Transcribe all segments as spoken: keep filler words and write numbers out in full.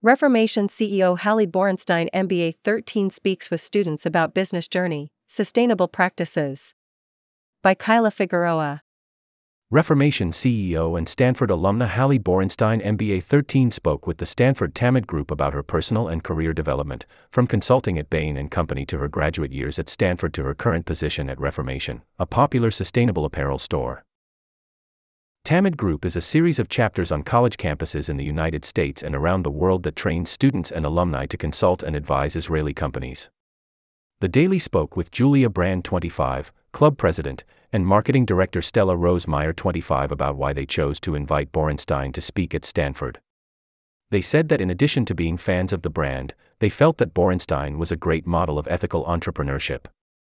Reformation C E O Hallie Borenstein M B A thirteen speaks with students about business journey, sustainable practices. By Kyla Figueroa. Reformation C E O and Stanford alumna Hallie Borenstein M B A thirteen spoke with the Stanford Tamid Group about her personal and career development, from consulting at Bain and Company to her graduate years at Stanford to her current position at Reformation, a popular sustainable apparel store. Tamid Group is a series of chapters on college campuses in the United States and around the world that trains students and alumni to consult and advise Israeli companies. The Daily spoke with Julia Brand, twenty-five, club president, and marketing director Stella Rose Meyer, twenty-five, about why they chose to invite Borenstein to speak at Stanford. They said that in addition to being fans of the brand, they felt that Borenstein was a great model of ethical entrepreneurship.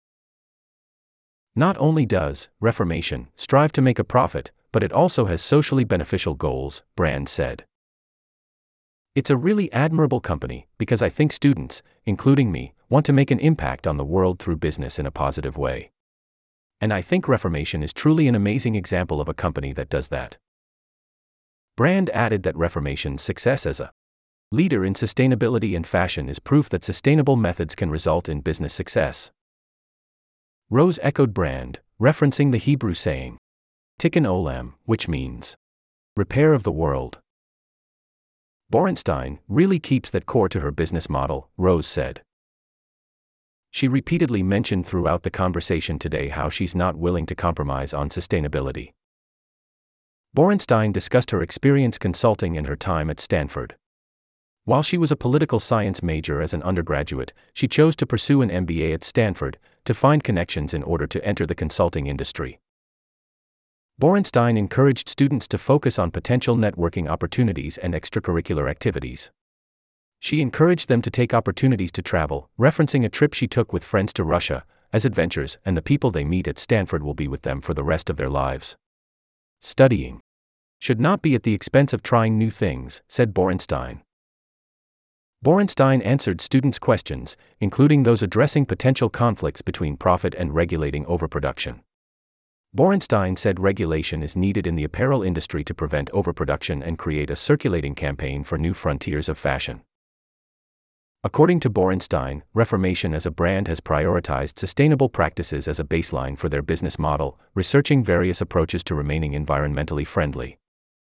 Not only does Reformation strive to make a profit, but it also has socially beneficial goals, Brand said. It's a really admirable company, because I think students, including me, want to make an impact on the world through business in a positive way. And I think Reformation is truly an amazing example of a company that does that. Brand added that Reformation's success as a leader in sustainability and fashion is proof that sustainable methods can result in business success. Rose echoed Brand, referencing the Hebrew saying, Tikkun Olam, which means repair of the world. Borenstein really keeps that core to her business model, Rose said. She repeatedly mentioned throughout the conversation today how she's not willing to compromise on sustainability. Borenstein discussed her experience consulting and her time at Stanford. While she was a political science major as an undergraduate, she chose to pursue an M B A at Stanford to find connections in order to enter the consulting industry. Borenstein encouraged students to focus on potential networking opportunities and extracurricular activities. She encouraged them to take opportunities to travel, referencing a trip she took with friends to Russia, as adventures, and the people they meet at Stanford will be with them for the rest of their lives. Studying should not be at the expense of trying new things, said Borenstein. Borenstein answered students' questions, including those addressing potential conflicts between profit and regulating overproduction. Borenstein said regulation is needed in the apparel industry to prevent overproduction and create a circulating campaign for new frontiers of fashion. According to Borenstein, Reformation as a brand has prioritized sustainable practices as a baseline for their business model, researching various approaches to remaining environmentally friendly.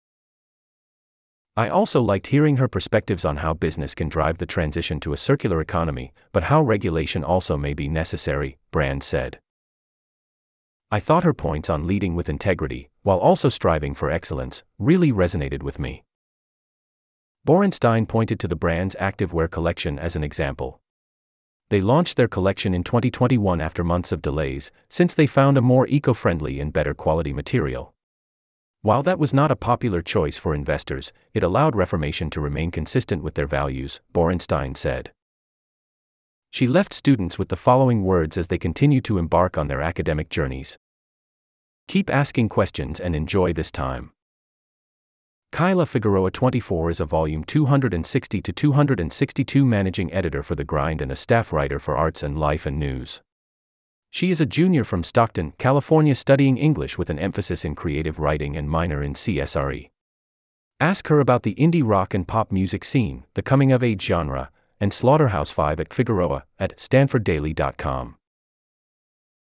I also liked hearing her perspectives on how business can drive the transition to a circular economy, but how regulation also may be necessary, Brand said. I thought her points on leading with integrity, while also striving for excellence, really resonated with me. Borenstein pointed to the brand's activewear collection as an example. They launched their collection in twenty twenty-one after months of delays, since they found a more eco-friendly and better quality material. While that was not a popular choice for investors, it allowed Reformation to remain consistent with their values, Borenstein said. She left students with the following words as they continue to embark on their academic journeys. Keep asking questions and enjoy this time. Kyla Figueroa, twenty-four, is a volume two sixty to two sixty-two managing editor for The Grind and a staff writer for Arts and Life and News. She is a junior from Stockton, California, studying English with an emphasis in creative writing and minor in C S R E. Ask her about the indie rock and pop music scene, the coming-of-age genre, and Slaughterhouse Five at Figueroa at stanford daily dot com.